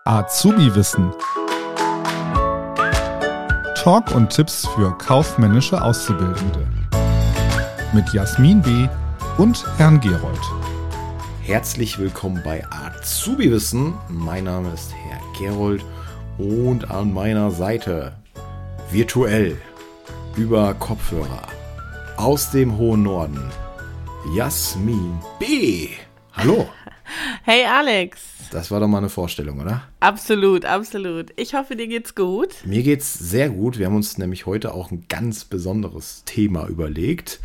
Azubi-Wissen. Talk und Tipps für kaufmännische Auszubildende. Mit Jasmin B. und Herrn Gerold. Herzlich willkommen bei Azubi-Wissen. Mein Name ist Herr Gerold und an meiner Seite virtuell über Kopfhörer aus dem hohen Norden Jasmin B. Hallo. Hey Alex. Das war doch mal eine Vorstellung, oder? Absolut, absolut. Ich hoffe, dir geht's gut. Mir geht's sehr gut. Wir haben uns nämlich heute auch ein ganz besonderes Thema überlegt.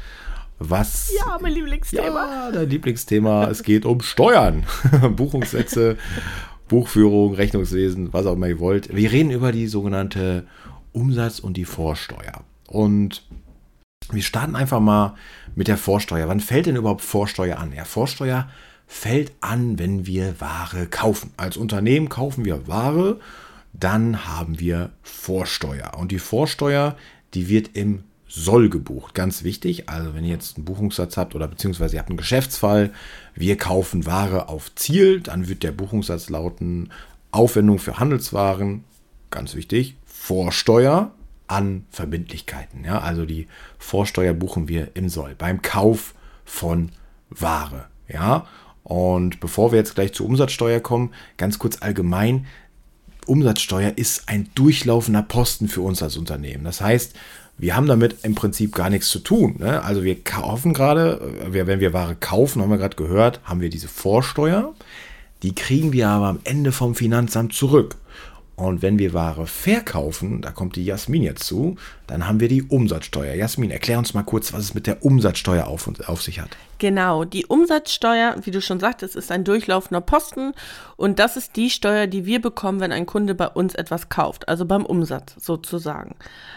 Ja, mein Lieblingsthema. Ja, dein Lieblingsthema. Es geht um Steuern, Buchungssätze, Buchführung, Rechnungswesen, was auch immer ihr wollt. Wir reden über die sogenannte Umsatz- und die Vorsteuer. Und wir starten einfach mal mit der Vorsteuer. Wann fällt denn überhaupt Vorsteuer an? Ja, Vorsteuer fällt an, wenn wir Ware kaufen. Als Unternehmen kaufen wir Ware, dann haben wir Vorsteuer. Und die Vorsteuer, die wird im Soll gebucht. Ganz wichtig, also wenn ihr jetzt einen Buchungssatz habt oder beziehungsweise ihr habt einen Geschäftsfall, wir kaufen Ware auf Ziel, dann wird der Buchungssatz lauten Aufwendung für Handelswaren, ganz wichtig, Vorsteuer an Verbindlichkeiten. Ja, also die Vorsteuer buchen wir im Soll beim Kauf von Ware. Ja, und bevor wir jetzt gleich zur Umsatzsteuer kommen, ganz kurz allgemein, Umsatzsteuer ist ein durchlaufender Posten für uns als Unternehmen. Das heißt, wir haben damit im Prinzip gar nichts zu tun. Ne? Also wir kaufen gerade, wenn wir Ware kaufen, haben wir gerade gehört, haben wir diese Vorsteuer. Die kriegen wir aber am Ende vom Finanzamt zurück. Und wenn wir Ware verkaufen, da kommt die Jasmin jetzt zu, dann haben wir die Umsatzsteuer. Jasmin, erklär uns mal kurz, was es mit der Umsatzsteuer auf sich hat. Genau, die Umsatzsteuer, wie du schon sagtest, ist ein durchlaufender Posten und das ist die Steuer, die wir bekommen, wenn ein Kunde bei uns etwas kauft, also beim Umsatz sozusagen.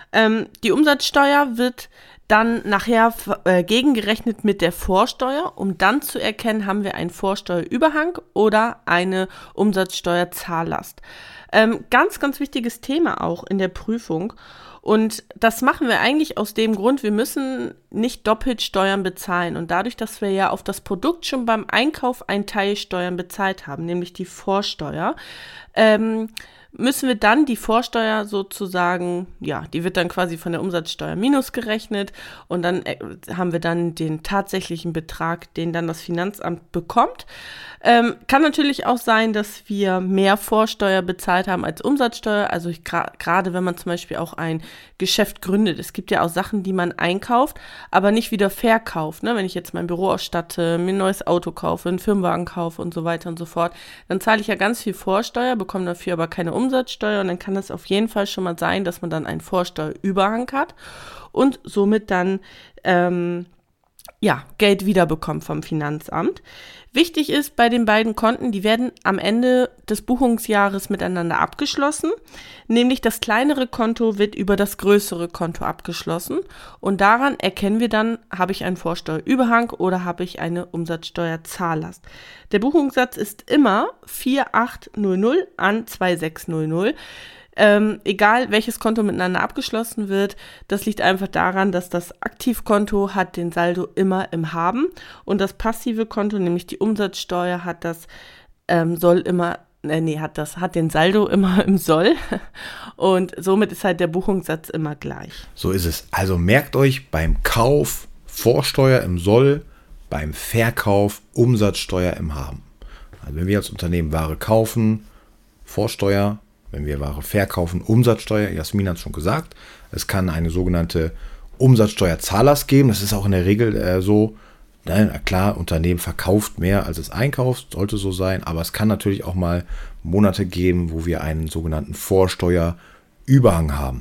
Die Umsatzsteuer wird dann nachher gegengerechnet mit der Vorsteuer, um dann zu erkennen, haben wir einen Vorsteuerüberhang oder eine Umsatzsteuerzahllast. Ganz, ganz wichtiges Thema auch in der Prüfung. Und das machen wir eigentlich aus dem Grund, wir müssen nicht doppelt Steuern bezahlen. Und dadurch, dass wir ja auf das Produkt schon beim Einkauf einen Teil Steuern bezahlt haben, nämlich die Vorsteuer, müssen wir dann die Vorsteuer sozusagen, ja, die wird dann quasi von der Umsatzsteuer minus gerechnet und dann haben wir dann den tatsächlichen Betrag, den dann das Finanzamt bekommt. Kann natürlich auch sein, dass wir mehr Vorsteuer bezahlt haben als Umsatzsteuer, also gerade wenn man zum Beispiel auch ein Geschäft gründet. Es gibt ja auch Sachen, die man einkauft, aber nicht wieder verkauft. Ne? Wenn ich jetzt mein Büro ausstatte, mir ein neues Auto kaufe, einen Firmenwagen kaufe und so weiter und so fort, dann zahle ich ja ganz viel Vorsteuer, bekomme dafür aber keine Umsatzsteuer und dann kann das auf jeden Fall schon mal sein, dass man dann einen Vorsteuerüberhang hat und somit dann Geld wiederbekommt vom Finanzamt. Wichtig ist bei den beiden Konten, die werden am Ende des Buchungsjahres miteinander abgeschlossen, nämlich das kleinere Konto wird über das größere Konto abgeschlossen und daran erkennen wir dann, habe ich einen Vorsteuerüberhang oder habe ich eine Umsatzsteuerzahllast. Der Buchungssatz ist immer 4800 an 2600. Egal welches Konto miteinander abgeschlossen wird, das liegt einfach daran, dass das Aktivkonto hat den Saldo immer im Haben und das passive Konto, nämlich die Umsatzsteuer, hat den Saldo immer im Soll und somit ist halt der Buchungssatz immer gleich. So ist es. Also merkt euch beim Kauf Vorsteuer im Soll, beim Verkauf Umsatzsteuer im Haben. Also wenn wir als Unternehmen Ware kaufen, Vorsteuer. Wenn wir Ware verkaufen, Umsatzsteuer, Jasmin hat es schon gesagt, es kann eine sogenannte Umsatzsteuerzahllast geben, das ist auch in der Regel so, na klar, Unternehmen verkauft mehr als es einkauft, sollte so sein, aber es kann natürlich auch mal Monate geben, wo wir einen sogenannten Vorsteuerüberhang haben.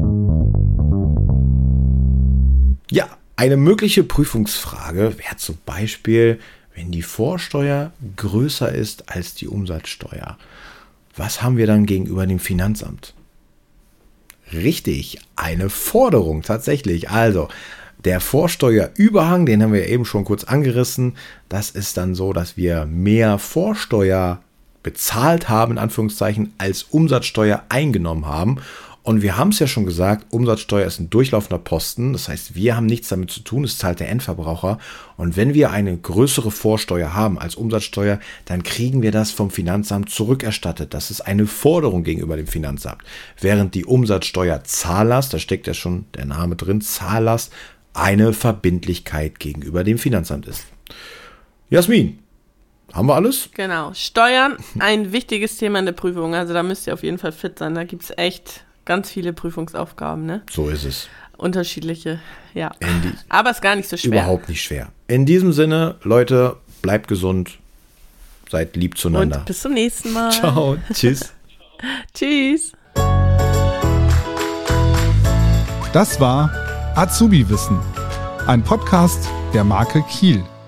Ja, eine mögliche Prüfungsfrage wäre zum Beispiel, wenn die Vorsteuer größer ist als die Umsatzsteuer. Was haben wir dann gegenüber dem Finanzamt? Richtig, eine Forderung tatsächlich. Also der Vorsteuerüberhang, den haben wir eben schon kurz angerissen. Das ist dann so, dass wir mehr Vorsteuer bezahlt haben, in Anführungszeichen, als Umsatzsteuer eingenommen haben. Und wir haben es ja schon gesagt, Umsatzsteuer ist ein durchlaufender Posten. Das heißt, wir haben nichts damit zu tun, es zahlt der Endverbraucher. Und wenn wir eine größere Vorsteuer haben als Umsatzsteuer, dann kriegen wir das vom Finanzamt zurückerstattet. Das ist eine Forderung gegenüber dem Finanzamt. Während die Umsatzsteuerzahllast, da steckt ja schon der Name drin, Zahllast, eine Verbindlichkeit gegenüber dem Finanzamt ist. Jasmin, haben wir alles? Genau. Steuern, ein wichtiges Thema in der Prüfung. Also da müsst ihr auf jeden Fall fit sein. Da gibt es echt ganz viele Prüfungsaufgaben, ne? So ist es. Unterschiedliche, ja. Aber ist gar nicht so schwer. Überhaupt nicht schwer. In diesem Sinne, Leute, bleibt gesund, seid lieb zueinander. Und bis zum nächsten Mal. Ciao, tschüss. Tschüss. Das war Azubi Wissen, ein Podcast der Marke Kiel.